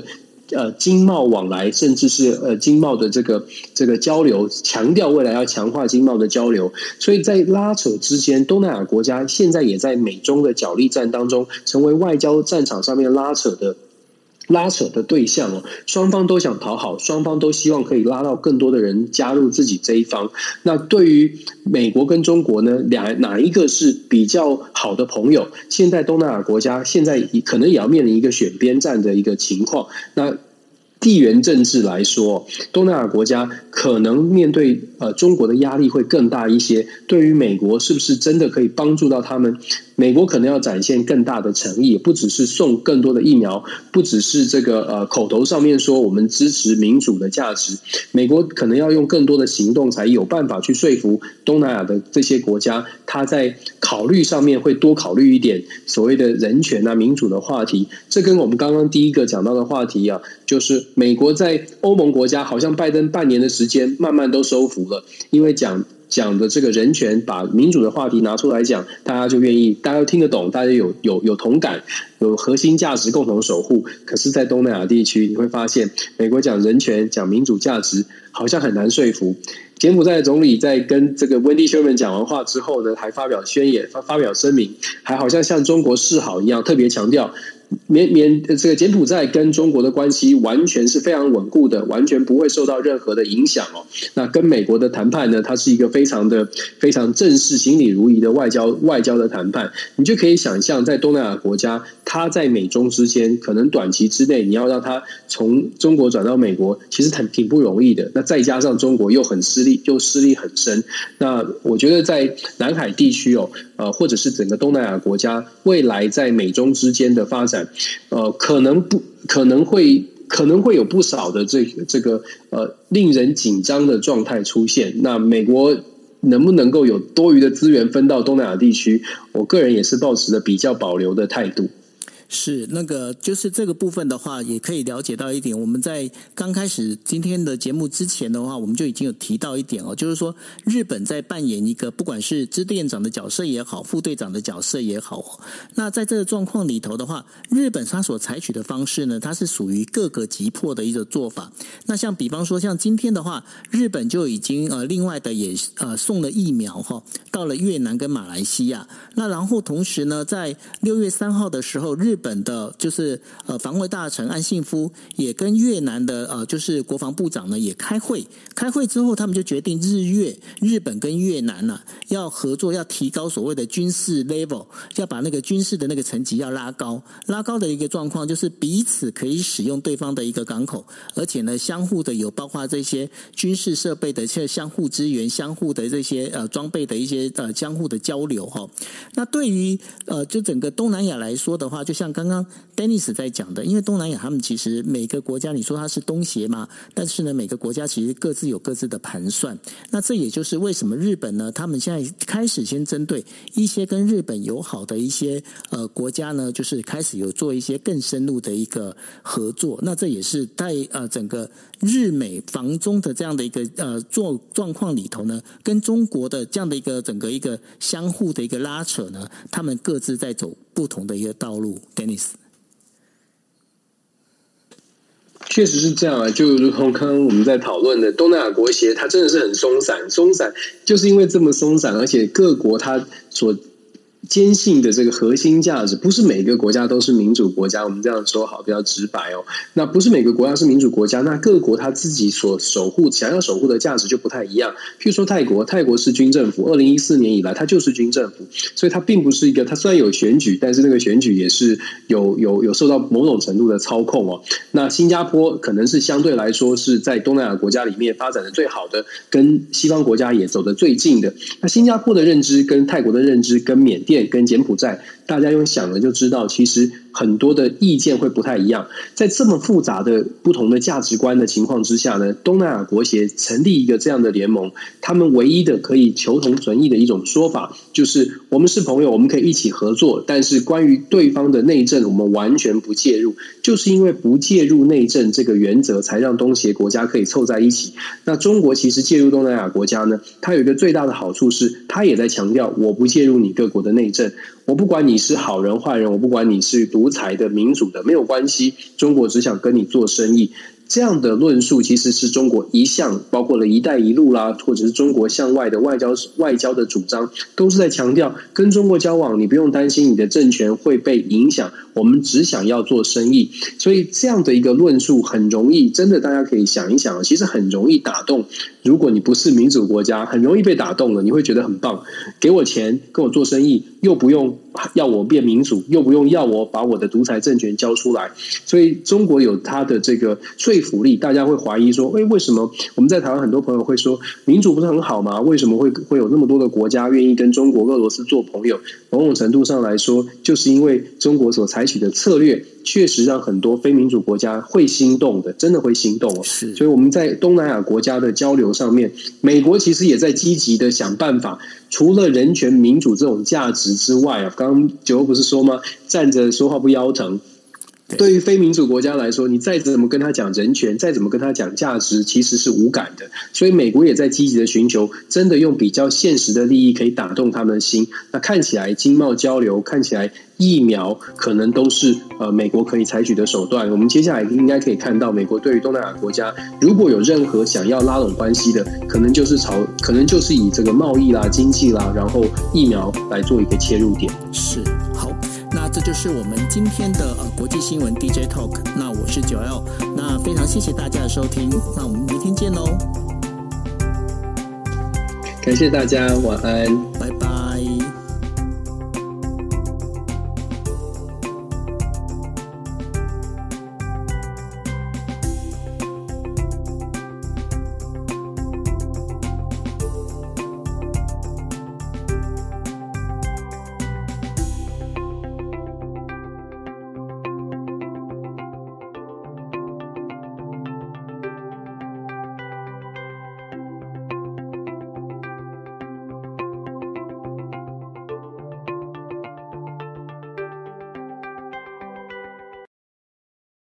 经贸往来，甚至是经贸的这个交流，强调未来要强化经贸的交流。所以在拉扯之间，东南亚国家现在也在美中的角力战当中，成为外交战场上面拉扯的对象哦，双方都想讨好，双方都希望可以拉到更多的人加入自己这一方。那对于美国跟中国呢，哪一个是比较好的朋友？现在东南亚国家现在可能也要面临一个选边站的一个情况。那地缘政治来说，东南亚国家可能面对中国的压力会更大一些。对于美国，是不是真的可以帮助到他们？美国可能要展现更大的诚意，不只是送更多的疫苗，不只是这个口头上面说我们支持民主的价值，美国可能要用更多的行动，才有办法去说服东南亚的这些国家，他在考虑上面会多考虑一点所谓的人权啊、民主的话题。这跟我们刚刚第一个讲到的话题啊，就是美国在欧盟国家好像拜登半年的时间慢慢都收服了，因为讲的这个人权，把民主的话题拿出来讲，大家就愿意，大家听得懂，大家有同感，有核心价值共同守护。可是，在东南亚地区，你会发现，美国讲人权、讲民主价值，好像很难说服。柬埔寨的总理在跟这个温蒂休曼讲完话之后呢，还发表宣言、发表声明，还好像向中国示好一样，特别强调。这个柬埔寨跟中国的关系完全是非常稳固的，完全不会受到任何的影响哦。那跟美国的谈判呢，它是一个非常正式、行礼如仪的外交的谈判。你就可以想象，在东南亚国家，它在美中之间，可能短期之内，你要让它从中国转到美国，其实挺不容易的。那再加上中国又失利很深，那我觉得在南海地区或者是整个东南亚国家，未来在美中之间的发展，可能会有不少的这个令人紧张的状态出现。那美国能不能够有多余的资源分到东南亚地区？我个人也是抱持着比较保留的态度。 是那个，就是这个部分的话，也可以了解到一点。我们在刚开始今天的节目之前的话，我们就已经有提到一点就是说日本在扮演一个不管是支店长的角色也好，副队长的角色也好，那在这个状况里头的话，日本它所采取的方式呢，它是属于各个击破的一个做法。那像比方说，像今天的话，日本就已经另外的也送了疫苗到了越南跟马来西亚。那然后同时呢，在6月3号的时候，日本的就是防卫大臣安信夫也跟越南的就是国防部长呢也开会之后，他们就决定日本跟越南要合作，要提高所谓的军事 level， 要把那个军事的那个层级要拉高的一个状况，就是彼此可以使用对方的一个港口，而且呢相互的有包括这些军事设备的相互支援，相互的这些装备的一些相互的交流那对于就整个东南亚来说的话，就像刚刚 Dennis 在讲的，因为东南亚他们其实每个国家，你说它是东协嘛，但是呢每个国家其实各自有各自的盘算。那这也就是为什么日本呢，他们现在开始先针对一些跟日本友好的一些国家呢，就是开始有做一些更深入的一个合作。那这也是在整个日美防中的这样的一个状况里头呢，跟中国的这样的一个整个一个相互的一个拉扯呢，他们各自在走不同的一个道路。 Dennis， 确实是这样啊，就如同刚刚我们在讨论的，东南亚国协它真的是很松散，就是因为这么松散，而且各国它所坚信的这个核心价值，不是每个国家都是民主国家，我们这样说好比较直白那不是每个国家是民主国家，那各国他自己所想要守护的价值就不太一样。譬如说泰国是军政府，2014年以来它就是军政府，所以它并不是一个，它虽然有选举，但是那个选举也是有受到某种程度的操控那新加坡可能是相对来说是在东南亚国家里面发展的最好的，跟西方国家也走得最近的。那新加坡的认知跟泰国的认知跟缅甸跟柬埔寨，大家用想了就知道，其实很多的意见会不太一样。在这么复杂的不同的价值观的情况之下呢，东南亚国协成立一个这样的联盟，他们唯一的可以求同存异的一种说法，就是我们是朋友，我们可以一起合作，但是关于对方的内政，我们完全不介入。就是因为不介入内政这个原则，才让东协国家可以凑在一起。那中国其实介入东南亚国家呢，它有一个最大的好处是，它也在强调我不介入你各国的内政， 我不管你是好人坏人，我不管你是独裁的民主的，没有关系，中国只想跟你做生意。这样的论述其实是中国一向包括了一带一路啦，或者是中国向外的外交的主张，都是在强调跟中国交往，你不用担心你的政权会被影响，我们只想要做生意。所以这样的一个论述很容易，真的大家可以想一想，其实很容易打动，如果你不是民主国家，很容易被打动了，你会觉得很棒，给我钱跟我做生意，又不用要我变民主，又不用要我把我的独裁政权交出来。所以中国有它的这个说服力，大家会怀疑说，为什么我们在台湾很多朋友会说民主不是很好吗？为什么会有那么多的国家愿意跟中国俄罗斯做朋友？某种程度上来说，就是因为中国所采取的策略确实让很多非民主国家会心动的，真的会心动哦。所以我们在东南亚国家的交流上面，美国其实也在积极的想办法，除了人权民主这种价值之外啊，刚刚九欧不是说吗？站着说话不腰疼。对于非民主国家来说，你再怎么跟他讲人权，再怎么跟他讲价值，其实是无感的。所以美国也在积极的寻求，真的用比较现实的利益可以打动他们的心。那看起来经贸交流，看起来疫苗可能都是美国可以采取的手段。我们接下来应该可以看到，美国对于东南亚国家如果有任何想要拉拢关系的，可能就是以这个贸易啦、经济啦，然后疫苗来做一个切入点。 是，好。那这就是我们今天的国际新闻 DJ Talk。那我是9L，那非常谢谢大家的收听，那我们明天见喽。 感谢大家，晚安， 拜拜。